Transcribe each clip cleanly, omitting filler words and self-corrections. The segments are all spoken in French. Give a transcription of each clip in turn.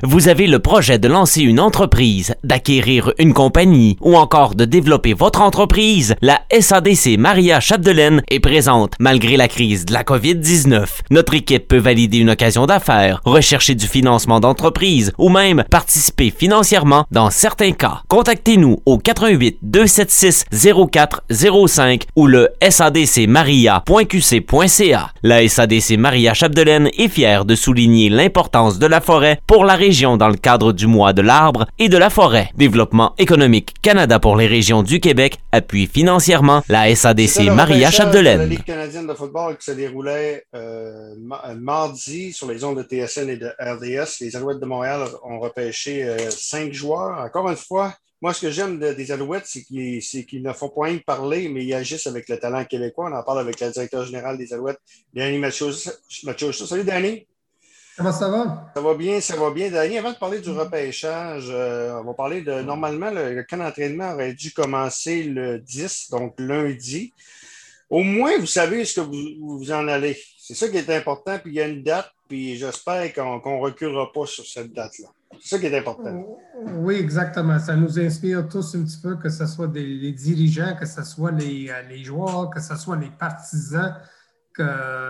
Vous avez le projet de lancer une entreprise, d'acquérir une compagnie ou encore de développer votre entreprise? La SADC Maria Chapdelaine est présente malgré la crise de la COVID-19. Notre équipe peut valider une occasion d'affaires, rechercher du financement d'entreprise ou même participer financièrement dans certains cas. Contactez-nous au 88 276 0405 ou le sadcmaria.qc.ca. La SADC Maria Chapdelaine est fière de souligner l'importance de la forêt pour la région dans le cadre du mois de l'arbre et de la forêt. Développement économique Canada pour les régions du Québec appuie financièrement la SADC Maria Chapdelaine. La Ligue canadienne de football qui se déroulait mardi sur les ondes de TSN et de RDS. Les Alouettes de Montréal ont repêché 5 joueurs. Encore une fois, moi, ce que j'aime des Alouettes, c'est qu'ils ne font pas rien parler, mais ils agissent avec le talent québécois. On en parle avec le directeur général des Alouettes, Danny Machocha. Salut, Danny. Comment ça va? Ça va bien, ça va bien. Danny, avant de parler du repêchage, on va parler de... Normalement, le camp d'entraînement aurait dû commencer le 10, donc lundi. Au moins, vous savez ce que vous en allez. C'est ça qui est important, puis il y a une date, puis j'espère qu'on ne reculera pas sur cette date-là. C'est ça qui est important. Oui, exactement. Ça nous inspire tous un petit peu, que ce soit les dirigeants, que ce soit les joueurs, que ce soit les partisans. On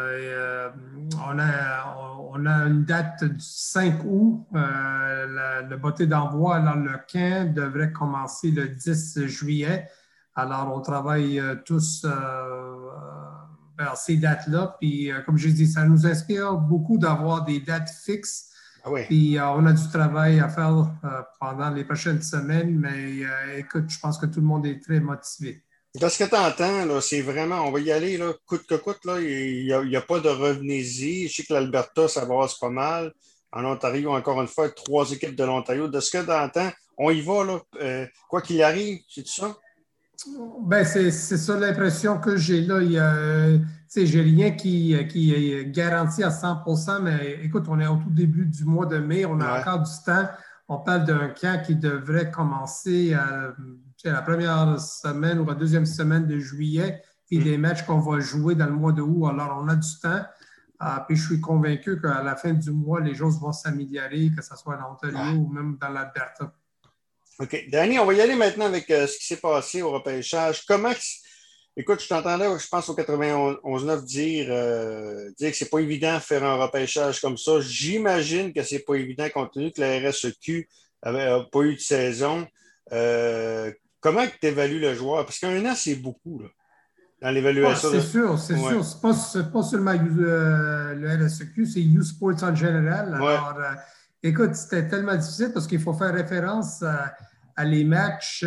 a une date du 5 août. Le botté d'envoi dans le camp devrait commencer le 10 juillet. Alors, on travaille tous vers ces dates-là. Puis, comme je dis, ça nous inspire beaucoup d'avoir des dates fixes. Ah oui. Puis, on a du travail à faire pendant les prochaines semaines. Mais écoute, je pense que tout le monde est très motivé. Parce que tu entends, c'est vraiment, on va y aller, là, coûte que coûte, là, il n'y a pas de revenez-y. Je sais que l'Alberta, ça brasse pas mal. En Ontario, encore une fois, 3 équipes de l'Ontario. De ce que tu entends, on y va, là, quoi qu'il arrive, c'est ça? Ben, c'est ça l'impression que j'ai là. J'ai rien qui est garanti à 100%, mais écoute, on est au tout début du mois de mai, on a encore du temps. On parle d'un camp qui devrait commencer la première semaine ou la deuxième semaine de juillet, puis des matchs qu'on va jouer dans le mois de août. Alors, on a du temps. Puis je suis convaincu qu'à la fin du mois, les choses vont s'améliorer, que ce soit en Ontario ou même dans l'Alberta. OK. Danny, on va y aller maintenant avec ce qui s'est passé au repêchage. Écoute, je t'entendais, je pense, au 91-9 dire que c'est pas évident de faire un repêchage comme ça. J'imagine que c'est pas évident compte tenu que la RSEQ n'a pas eu de saison. Comment tu évalues le joueur? Parce qu'un an, c'est beaucoup là, dans l'évaluation. C'est sûr. C'est pas seulement le RSEQ, c'est U-Sports en général. Alors, écoute, c'était tellement difficile parce qu'il faut faire référence à les matchs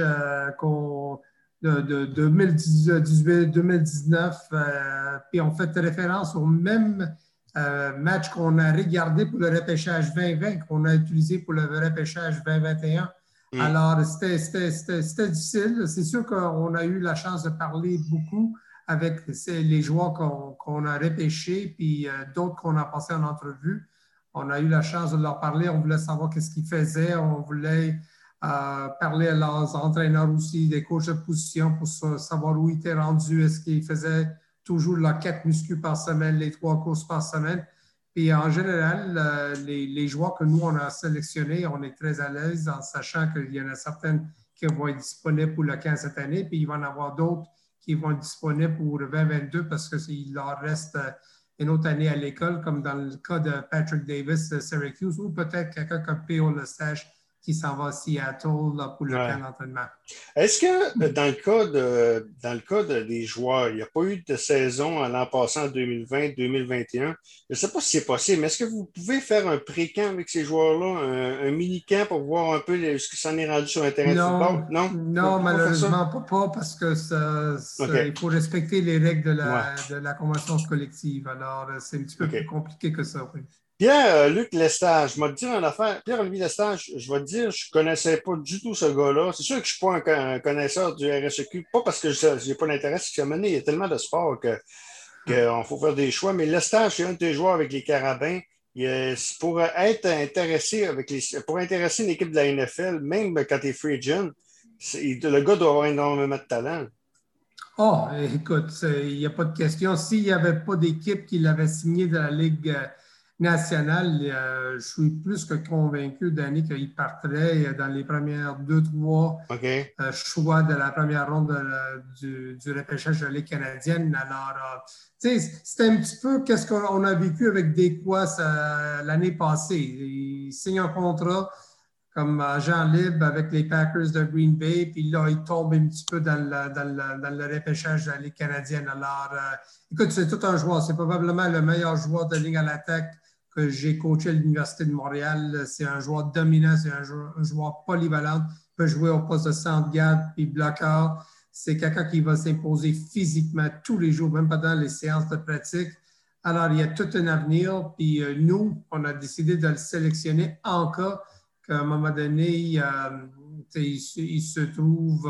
de 2018-2019, puis on fait référence au même match qu'on a regardé pour le repêchage 2020, qu'on a utilisé pour le repêchage 2021. Alors, c'était difficile. C'est sûr qu'on a eu la chance de parler beaucoup avec les joueurs qu'on a repêchés, puis d'autres qu'on a passés en entrevue. On a eu la chance de leur parler. On voulait savoir qu'est-ce qu'ils faisaient. On voulait parler à leurs entraîneurs aussi, des coachs de position pour savoir où ils étaient rendus. Est-ce qu'ils faisaient toujours leurs 4 muscu par semaine, les 3 courses par semaine? Puis en général, les joueurs que nous, on a sélectionnés, on est très à l'aise en sachant qu'il y en a certaines qui vont être disponibles pour le 15 cette année, puis il va y en avoir d'autres qui vont être disponibles pour le 2022 parce qu'il leur reste une autre année à l'école, comme dans le cas de Patrick Davis de Syracuse, ou peut-être quelqu'un comme P.O. Lestage qui s'en va à Seattle là, pour le camp d'entraînement. Est-ce que dans le cas des joueurs, il n'y a pas eu de saison l'an passant en 2020-2021? Je ne sais pas si c'est possible, mais est-ce que vous pouvez faire un pré-camp avec ces joueurs-là, un mini-camp pour voir un peu ce que ça en est rendu sur un terrain de football? Non, malheureusement pas parce que il faut respecter les règles de la convention collective. Alors, c'est un petit peu plus compliqué que ça. Oui. Pierre-Luc Lestage, je vais te dire une affaire. Pierre-Olivier Lestage, je vais te dire, je ne connaissais pas du tout ce gars-là. C'est sûr que je ne suis pas un connaisseur du RSEQ, pas parce que je n'ai pas d'intérêt, c'est qu'à un moment donné, il y a tellement de sports qu'on faut faire des choix. Mais Lestage, c'est un de tes joueurs avec les Carabins. Pour être intéressé pour intéresser une équipe de la NFL, même quand tu es free agent, le gars doit avoir énormément de talent. Oh, écoute, il n'y a pas de question. S'il n'y avait pas d'équipe qui l'avait signé de la Ligue nationale, je suis plus que convaincu, Danny, qu'il partirait dans les premières 2-3 choix de la première ronde du repêchage de la Ligue canadienne. Alors, tu sais, c'était un petit peu qu'est-ce qu'on a vécu avec Desquois l'année passée. Il signe un contrat comme agent libre avec les Packers de Green Bay, puis là, il tombe un petit peu dans le repêchage de la Ligue canadienne. Alors, écoute, c'est tout un joueur. C'est probablement le meilleur joueur de ligne à l'attaque que j'ai coaché à l'Université de Montréal. C'est un joueur dominant, c'est un joueur polyvalent. Il peut jouer au poste de centre garde puis bloqueur. C'est quelqu'un qui va s'imposer physiquement tous les jours, même pendant les séances de pratique. Alors, il y a tout un avenir. Puis nous, on a décidé de le sélectionner en cas qu'à un moment donné, il se trouve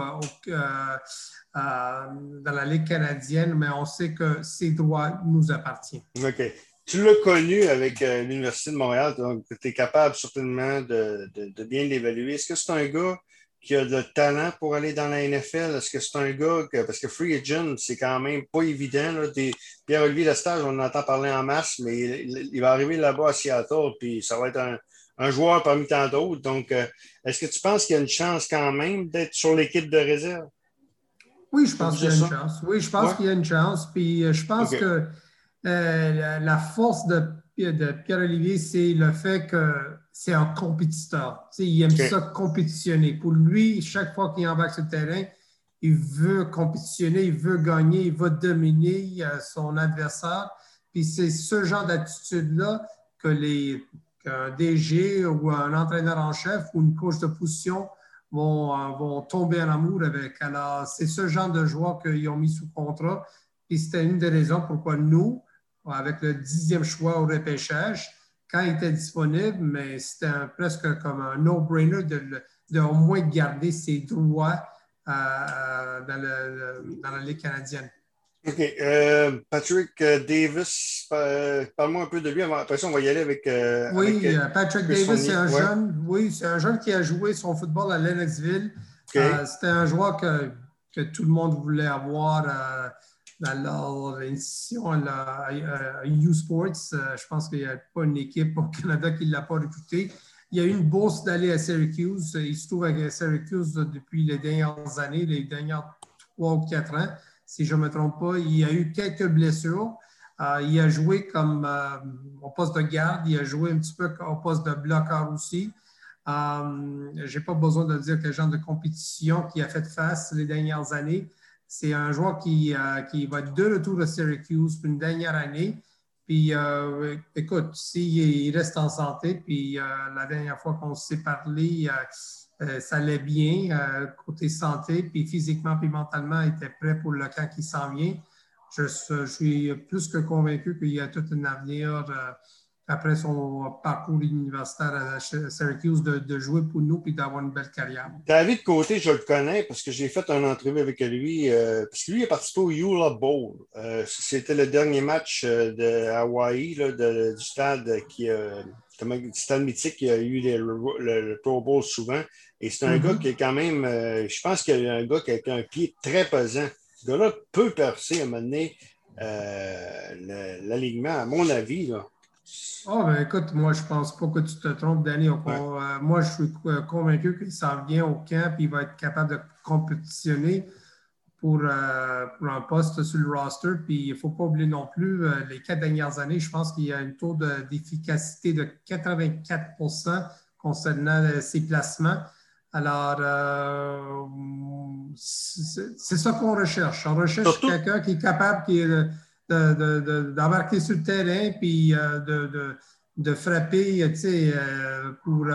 dans la Ligue canadienne, mais on sait que ses droits nous appartiennent. OK. Tu l'as connu avec l'Université de Montréal, donc tu es capable certainement de bien l'évaluer. Est-ce que c'est un gars qui a de talent pour aller dans la NFL? Est-ce que c'est un gars parce que Free Agent, c'est quand même pas évident. Là. Pierre-Olivier Lestage, on en entend parler en masse, mais il va arriver là-bas à Seattle, puis ça va être un joueur parmi tant d'autres. Donc, est-ce que tu penses qu'il y a une chance quand même d'être sur l'équipe de réserve? Oui, je pense qu'il y a une chance. Oui, je pense qu'il y a une chance. Puis je pense que la force de Pierre-Olivier, c'est le fait que c'est un compétiteur. Tu sais, il aime ça compétitionner. Pour lui, chaque fois qu'il embarque sur le terrain, il veut compétitionner, il veut gagner, il veut dominer son adversaire. Puis c'est ce genre d'attitude-là qu'un DG ou un entraîneur en chef ou une coach de position vont tomber en amour avec. Alors, c'est ce genre de joueurs qu'ils ont mis sous contrat. Puis c'était une des raisons pourquoi nous, avec le 10e choix au repêchage, quand il était disponible, mais c'était presque comme un no-brainer de au moins garder ses droits dans la Ligue canadienne. OK. Patrick Davis, parle-moi un peu de lui. Après ça, on va y aller avec. Patrick Davis, c'est un jeune. Oui, c'est un jeune qui a joué son football à Lennoxville. C'était un joueur que tout le monde voulait avoir dans leur institution à U-Sports. Je pense qu'il n'y a pas une équipe au Canada qui ne l'a pas recruté. Il y a eu une bourse d'aller à Syracuse. Il se trouve à Syracuse depuis les dernières années, les dernières 3 ou 4 ans. Si je ne me trompe pas, il y a eu quelques blessures. Il a joué comme au poste de garde. Il a joué un petit peu au poste de bloqueur aussi. Je n'ai pas besoin de dire quel genre de compétition qu'il a fait face les dernières années. C'est un joueur qui va être de retour à Syracuse pour une dernière année. Puis, écoute, s'il reste en santé, puis la dernière fois qu'on s'est parlé, ça allait bien côté santé, puis physiquement, puis mentalement, il était prêt pour le camp qui s'en vient. Je suis plus que convaincu qu'il y a tout un avenir après son parcours universitaire à Syracuse de jouer pour nous puis d'avoir une belle carrière. David Côté, je le connais parce que j'ai fait une entrevue avec lui. Parce que lui a participé au Eula Bowl. C'était le dernier match de Hawaii, là, du stade du stade mythique qui a eu le Pro Bowl souvent. Et c'est un gars qui est quand même, je pense qu'il y a un gars qui a un pied très pesant. Ce gars-là peut percer à un moment donné l'alignement, à mon avis, là. Ben écoute, moi, je ne pense pas que tu te trompes, Danny. Moi, je suis convaincu qu'il s'en vient au camp et il va être capable de compétitionner pour un poste sur le roster. Puis il ne faut pas oublier non plus, les 4 dernières années, je pense qu'il y a un taux d'efficacité de 84 % concernant ses placements. Alors, c'est ça qu'on recherche. On recherche quelqu'un qui est capable d'embarquer sur le terrain puis de frapper pour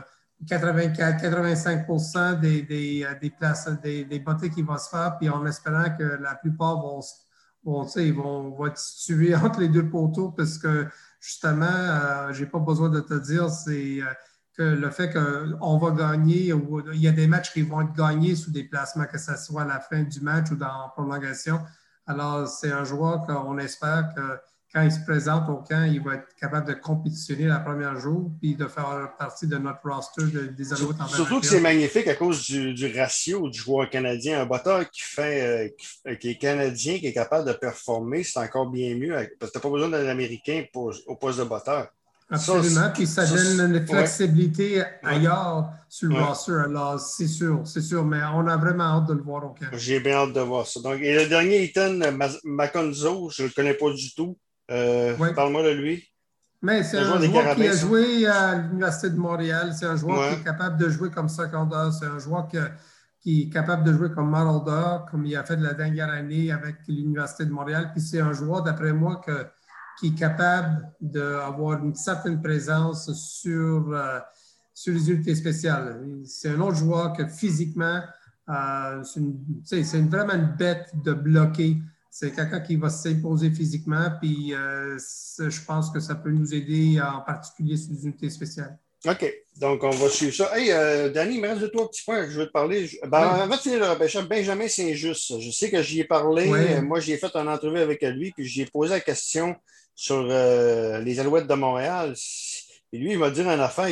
84-85 % des places, des bottées qui vont se faire, puis en espérant que la plupart vont être situés entre les deux poteaux parce que justement, je n'ai pas besoin de te dire, c'est que le fait qu'on va gagner, ou il y a des matchs qui vont être gagnés sous des placements, que ce soit à la fin du match ou dans la prolongation. Alors, c'est un joueur qu'on espère que quand il se présente au camp, il va être capable de compétitionner la première jour puis de faire partie de notre roster des Alouettes en Surtout que c'est magnifique à cause du ratio du joueur canadien. Un botteur qui est canadien, qui est capable de performer, c'est encore bien mieux parce que tu n'as pas besoin d'un Américain au poste de botteur. Absolument. Puis ça donne une flexibilité ailleurs sur le roster. Alors, c'est sûr. Mais on a vraiment hâte de le voir au camp. J'ai bien hâte de voir ça. Donc, et le dernier, Ethan Maconzo, je ne le connais pas du tout. Parle-moi de lui. Mais c'est un joueur qui a joué à l'Université de Montréal. C'est un joueur qui est capable de jouer comme secondaire. C'est un joueur qui est capable de jouer comme Marauder, comme il a fait de la dernière année avec l'Université de Montréal. Puis c'est un joueur, d'après moi, qui est capable d'avoir une certaine présence sur les unités spéciales. C'est un autre joueur que physiquement, c'est vraiment une bête de bloquer. C'est quelqu'un qui va s'imposer physiquement, puis je pense que ça peut nous aider, en particulier sur les unités spéciales. OK. Donc, on va suivre ça. Hey, Danny, il me reste de toi un petit point que je veux te parler. Avant de finir le repêchage, Benjamin Saint-Just, je sais que j'y ai parlé. Oui. Moi, j'y ai fait une entrevue avec lui, puis j'y ai posé la question sur les Alouettes de Montréal. Et lui, il m'a dit une affaire.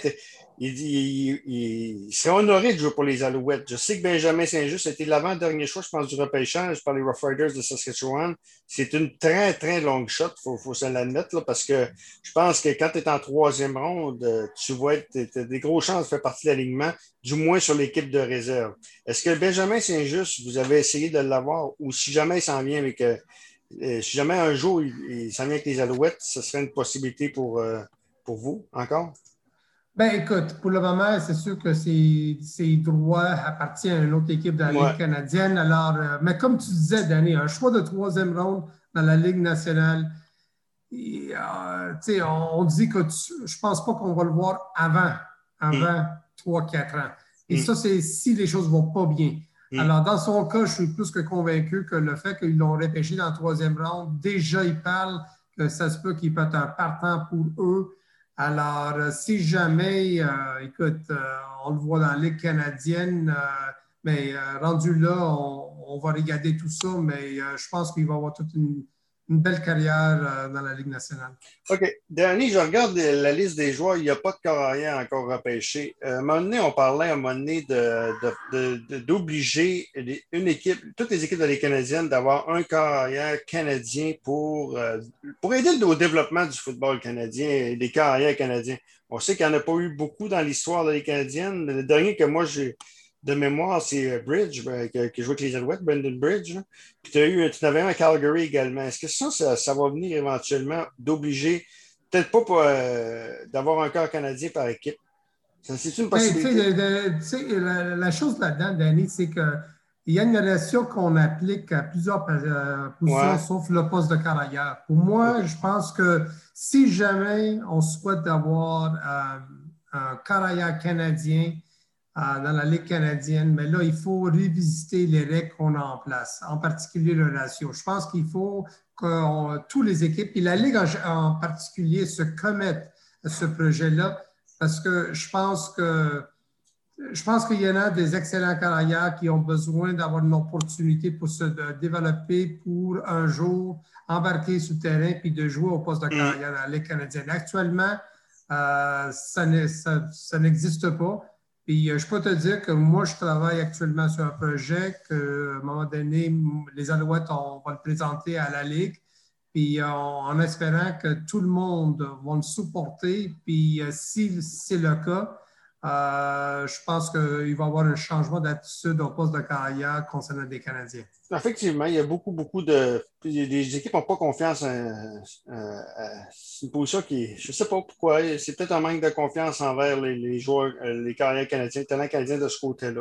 Il serait honoré de jouer pour les Alouettes. Je sais que Benjamin Saint-Just a été l'avant-dernier choix, je pense, du repêchage par les Rough Riders de Saskatchewan. C'est une très, très longue shot, faut se l'admettre, là, parce que je pense que quand tu es en troisième ronde, tu as des grosses chances de faire partie de l'alignement, du moins sur l'équipe de réserve. Est-ce que Benjamin Saint-Just, vous avez essayé de l'avoir, ou si jamais il s'en vient avec... si jamais un jour il s'en vient avec les Alouettes, ce serait une possibilité pour vous encore? Ben écoute, pour le moment, c'est sûr que ses droits appartiennent à une autre équipe de la Ligue canadienne. Alors, mais comme tu disais, Danny, un choix de troisième ronde dans la Ligue nationale, et, on dit que je pense pas qu'on va le voir avant 3-4 ans. Et ça, c'est si les choses vont pas bien. Alors, dans son cas, je suis plus que convaincu que le fait qu'ils l'ont repêché dans la troisième ronde, déjà, il parle que ça se peut qu'il peut être un partant pour eux. Alors, si jamais, on le voit dans la Ligue canadienne, mais rendu là, on va regarder tout ça, mais je pense qu'il va avoir toute une belle carrière dans la Ligue nationale. OK. Danny, je regarde la liste des joueurs. Il n'y a pas de corps arrière encore repêché. À un moment donné, on parlait d'obliger une équipe, toutes les équipes de la Ligue canadienne, d'avoir un corps arrière canadien pour aider au développement du football canadien et des corps arrière canadiens. On sait qu'il n'y en a pas eu beaucoup dans l'histoire de la Ligue canadienne. Le dernier que moi, j'ai de mémoire, c'est Bridge, qui joue avec les Alouettes, Brendan Bridge. Puis tu en avais un à Calgary également. Est-ce que ça va venir éventuellement d'obliger, peut-être pas d'avoir un corps canadien par équipe? C'est une possibilité? La chose là-dedans, Danny, c'est qu'il y a une relation qu'on applique à plusieurs positions, sauf le poste de carrière. Pour moi, je pense que si jamais on souhaite avoir un carrière canadien, dans la Ligue canadienne, mais là, il faut revisiter les règles qu'on a en place, en particulier le ratio. Je pense qu'il faut que toutes les équipes, et la Ligue en particulier, se commettent à ce projet-là, parce que je pense qu'il y en a des excellents carrières qui ont besoin d'avoir une opportunité pour se développer, pour un jour embarquer sur le terrain puis de jouer au poste de carrière dans la Ligue canadienne. Actuellement, ça n'existe pas. Puis je peux te dire que moi, je travaille actuellement sur un projet qu'à un moment donné, les Alouettes, on va le présenter à la Ligue. Puis en espérant que tout le monde va le supporter. Puis si c'est le cas, je pense qu'il va y avoir un changement d'attitude au poste de carrière concernant des Canadiens. Effectivement, il y a beaucoup de... Les équipes n'ont pas confiance. C'est une position qui... Je ne sais pas pourquoi. C'est peut-être un manque de confiance envers les joueurs, les carrières canadiens, les talents canadiens de ce côté-là.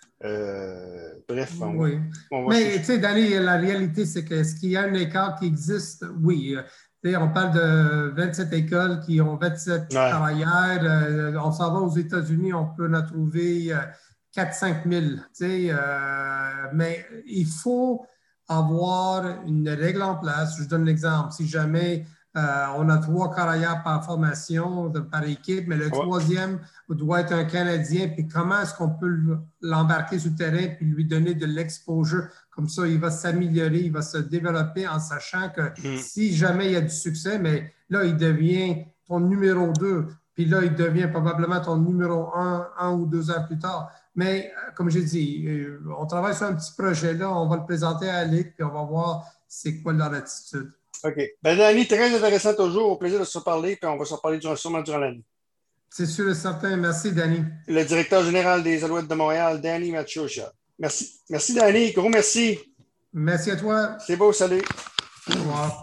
Bref, oui. Mais tu sais, Danny, la réalité, c'est que est-ce qu'il y a un écart qui existe? Oui. On parle de 27 écoles qui ont 27 travailleurs. On s'en va aux États-Unis, on peut en trouver 4-5 000. Mais il faut avoir une règle en place. Je donne l'exemple. Si jamais on a 3 carrières par formation, par équipe, mais le troisième doit être un Canadien, puis comment est-ce qu'on peut l'embarquer sur le terrain puis lui donner de l'exposure? Comme ça, il va s'améliorer, il va se développer en sachant que si jamais il y a du succès, mais là, il devient ton numéro 2, puis là, il devient probablement ton numéro 1 ou 2 ans plus tard. Mais comme j'ai dit, on travaille sur un petit projet là, on va le présenter à la Ligue, puis on va voir c'est quoi leur attitude. OK. Ben, Danny, très intéressant toujours. Au plaisir de se reparler, puis on va se reparler sûrement durant l'année. C'est sûr et certain. Merci, Danny. Le directeur général des Alouettes de Montréal, Danny Machucha. Merci. Merci, Danny. Gros merci. Merci à toi. C'est beau, salut. Au revoir.